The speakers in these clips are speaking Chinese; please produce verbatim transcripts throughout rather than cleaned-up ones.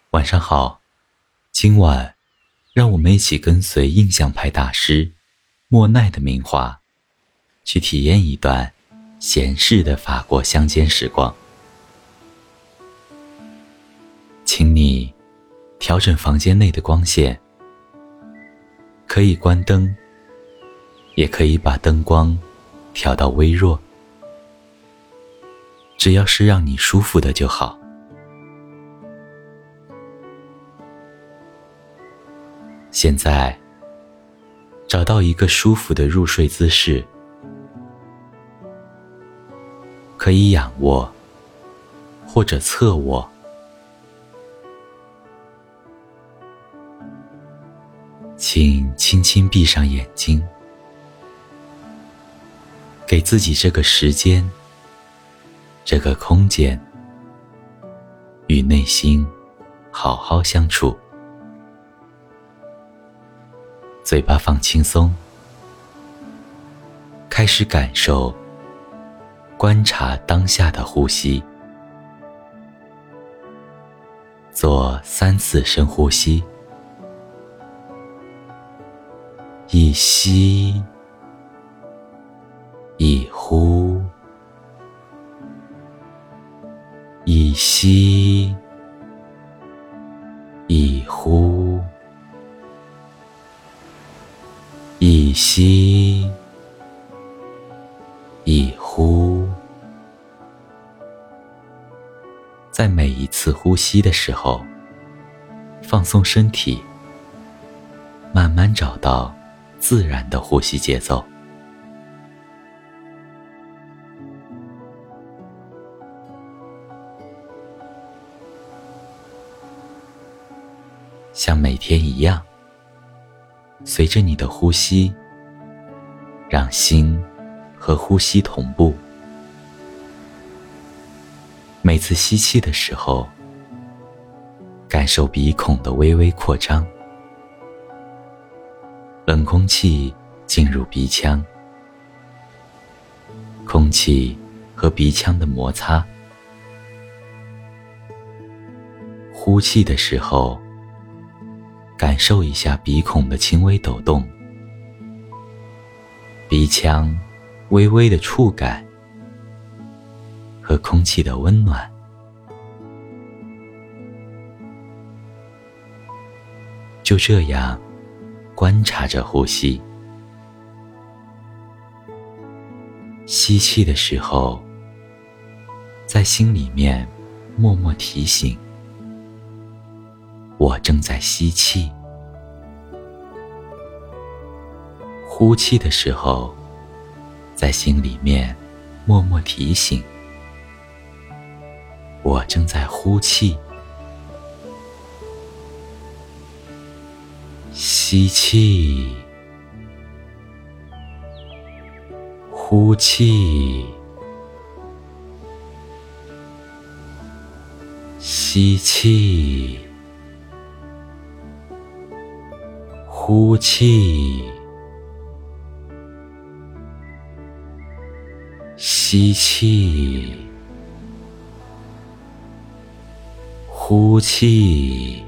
晚上好，今晚让我们一起跟随印象派大师莫奈的名画，去体验一段闲适的法国乡间时光。请你调整房间内的光线，可以关灯，也可以把灯光调到微弱，只要是让你舒服的就好。现在找到一个舒服的入睡姿势，可以仰卧或者侧卧，请轻轻闭上眼睛，给自己这个时间，这个空间，与内心好好相处。嘴巴放轻松，开始感受、观察当下的呼吸。做三次深呼吸，一吸一呼，一吸一呼，一吸一呼。在每一次呼吸的时候，放松身体，慢慢找到自然的呼吸节奏。像每天一样，随着你的呼吸，让心和呼吸同步。每次吸气的时候，感受鼻孔的微微扩张，冷空气进入鼻腔，空气和鼻腔的摩擦。呼气的时候，感受一下鼻孔的轻微抖动，鼻腔微微的触感和空气的温暖。就这样观察着呼吸。吸气的时候，在心里面默默提醒，我正在吸气。呼气的时候，在心里面默默提醒，我正在呼气。吸气，呼气，吸气，呼气，吸气，呼气。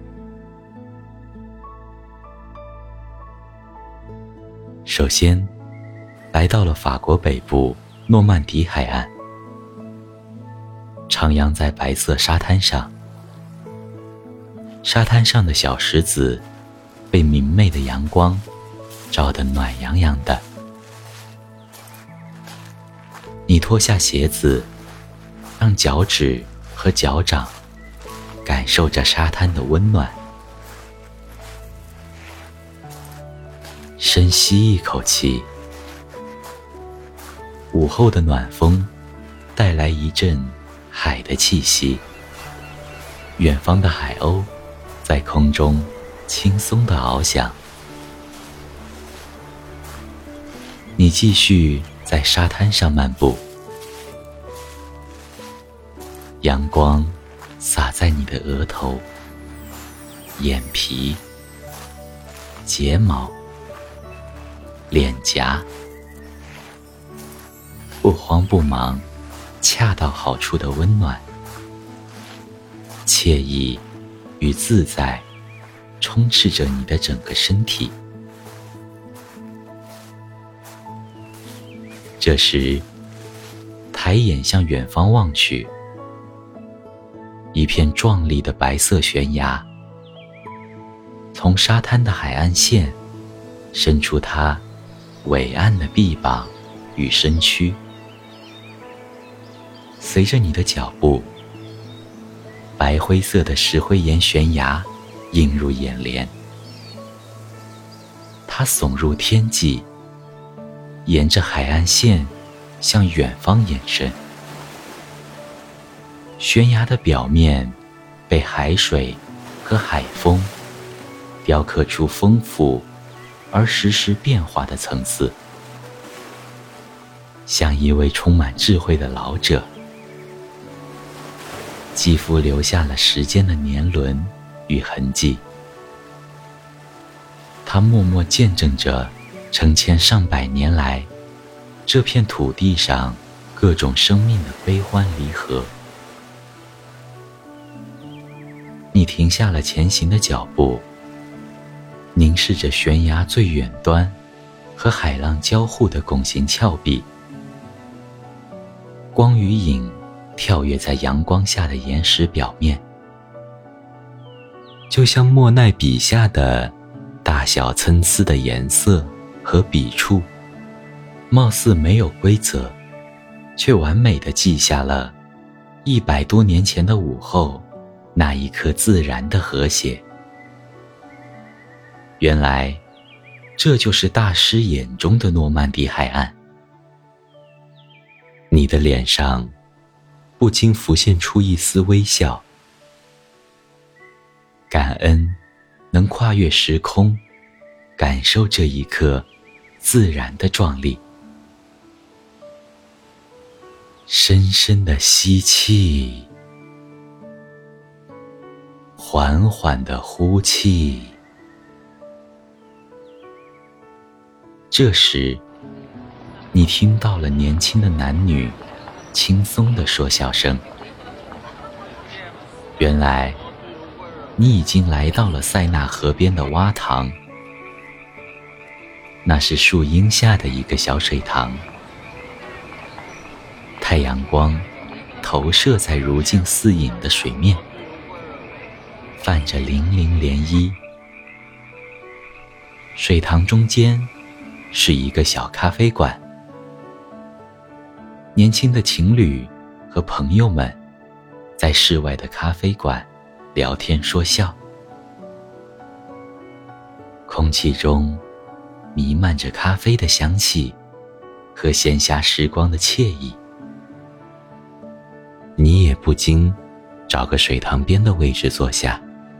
首先来到了法国北部诺曼底海岸，徜徉在白色沙滩上，沙滩上的小石子被明媚的阳光照得暖洋洋的。你脱下鞋子，让脚趾和脚掌感受着沙滩的温暖。深吸一口气，午后的暖风带来一阵海的气息，远方的海鸥在空中轻松地翱翔。你继续在沙滩上漫步，阳光洒在你的额头、眼皮、睫毛、脸颊，不慌不忙，恰到好处的温暖，惬意与自在充斥着你的整个身体。这时，抬眼向远方望去，一片壮丽的白色悬崖，从沙滩的海岸线伸出它伟岸的臂膀与身躯。随着你的脚步，白灰色的石灰岩悬崖映入眼帘，它耸入天际，沿着海岸线向远方延伸。悬崖的表面被海水和海风雕刻出丰富而时时变化的层次，像一位充满智慧的老者，肌肤留下了时间的年轮与痕迹。他默默见证着成千上百年来这片土地上各种生命的悲欢离合。你停下了前行的脚步，凝视着悬崖最远端和海浪交互的拱形峭壁，光与影跳跃在阳光下的岩石表面，就像莫奈笔下的大小参差的颜色和笔触，貌似没有规则，却完美地记下了一百多年前的午后那一刻自然的和谐。原来，这就是大师眼中的诺曼底海岸。你的脸上不禁浮现出一丝微笑，感恩能跨越时空，感受这一刻自然的壮丽。深深的吸气，缓缓的呼气。这时，你听到了年轻的男女轻松的说笑声。原来，你已经来到了塞纳河边的洼塘，那是树荫下的一个小水塘。太阳光投射在如镜似影的水面，泛着粼粼涟漪。水塘中间是一个小咖啡馆，年轻的情侣和朋友们在室外的咖啡馆聊天说笑，空气中弥漫着咖啡的香气和闲暇时光的惬意。你也不禁找个水塘边的位置坐下，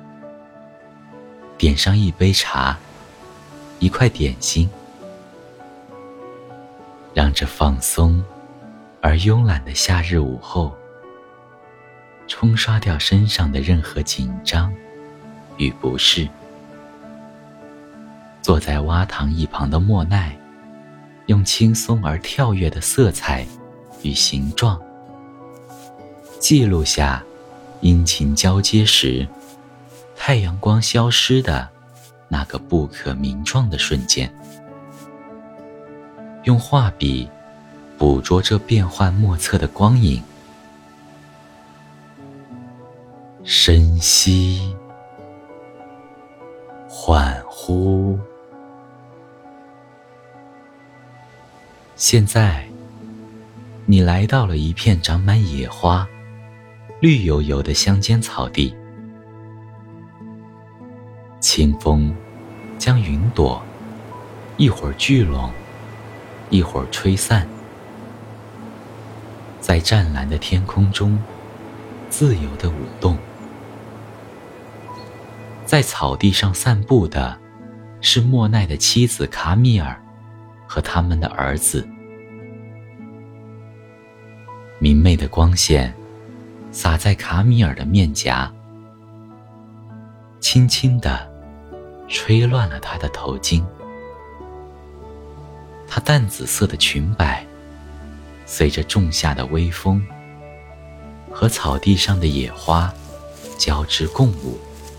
点上一杯茶，一块点心，让这放松而慵懒的夏日午后冲刷掉身上的任何紧张与不适。坐在洼塘一旁的莫奈，用轻松而跳跃的色彩与形状，记录下阴晴交接时太阳光消失的那个不可名状的瞬间，用画笔捕捉这变幻莫测的光影。深吸，缓呼。现在，你来到了一片长满野花、绿油油的乡间草地。清风将云朵一会儿聚拢，一会儿吹散，在湛蓝的天空中自由地舞动。在草地上散步的是莫奈的妻子卡米尔和他们的儿子。明媚的光线洒在卡米尔的面颊，轻轻地吹乱了她的头巾。她淡紫色的裙摆随着仲夏的微风和草地上的野花交织共舞。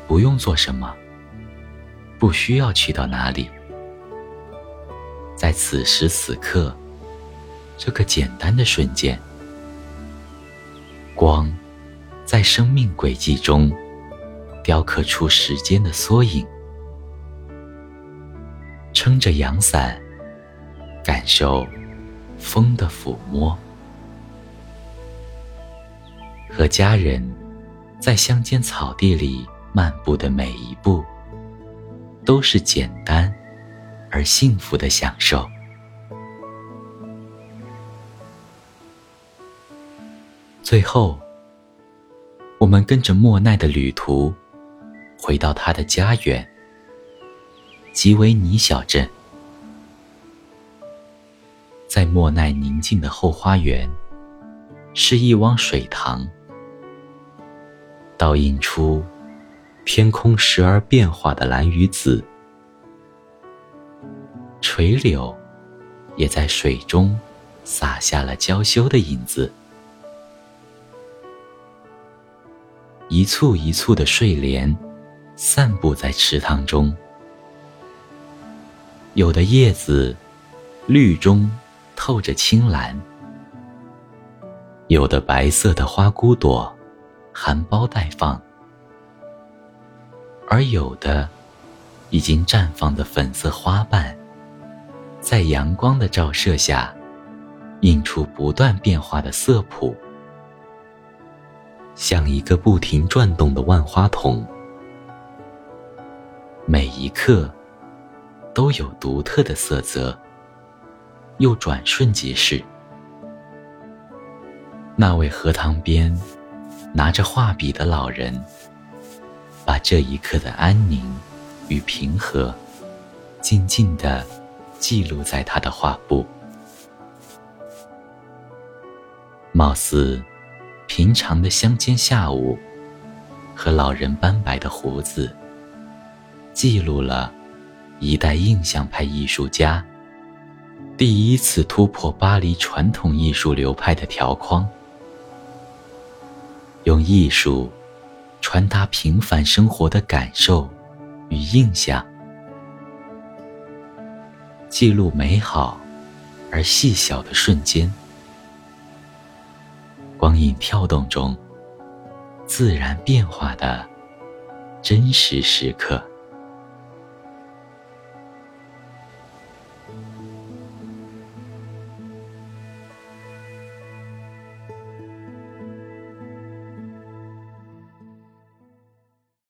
不用做什么，不需要去到哪里，在此时此刻，这个简单的瞬间，光在生命轨迹中雕刻出时间的缩影，撑着阳伞，感受风的抚摸，和家人在乡间草地里漫步的每一步，都是简单而幸福的享受。最后，我们跟着莫奈的旅途，回到他的家园——吉维尼小镇。在莫奈宁静的后花园，是一汪水塘，倒映出天空时而变化的蓝与紫，垂柳也在水中洒下了娇羞的影子。一簇一簇的睡莲散布在池塘中，有的叶子绿中透着青蓝，有的白色的花骨朵含苞待放，而有的已经绽放的粉色花瓣，在阳光的照射下映出不断变化的色谱，像一个不停转动的万花筒，每一刻都有独特的色泽，又转瞬即逝。那位荷塘边拿着画笔的老人，把这一刻的安宁与平和静静地记录在他的画布。貌似平常的乡间下午和老人斑白的胡子，记录了一代印象派艺术家第一次突破巴黎传统艺术流派的条框，用艺术传达平凡生活的感受与印象，记录美好而细小的瞬间，光影跳动中自然变化的真实时刻。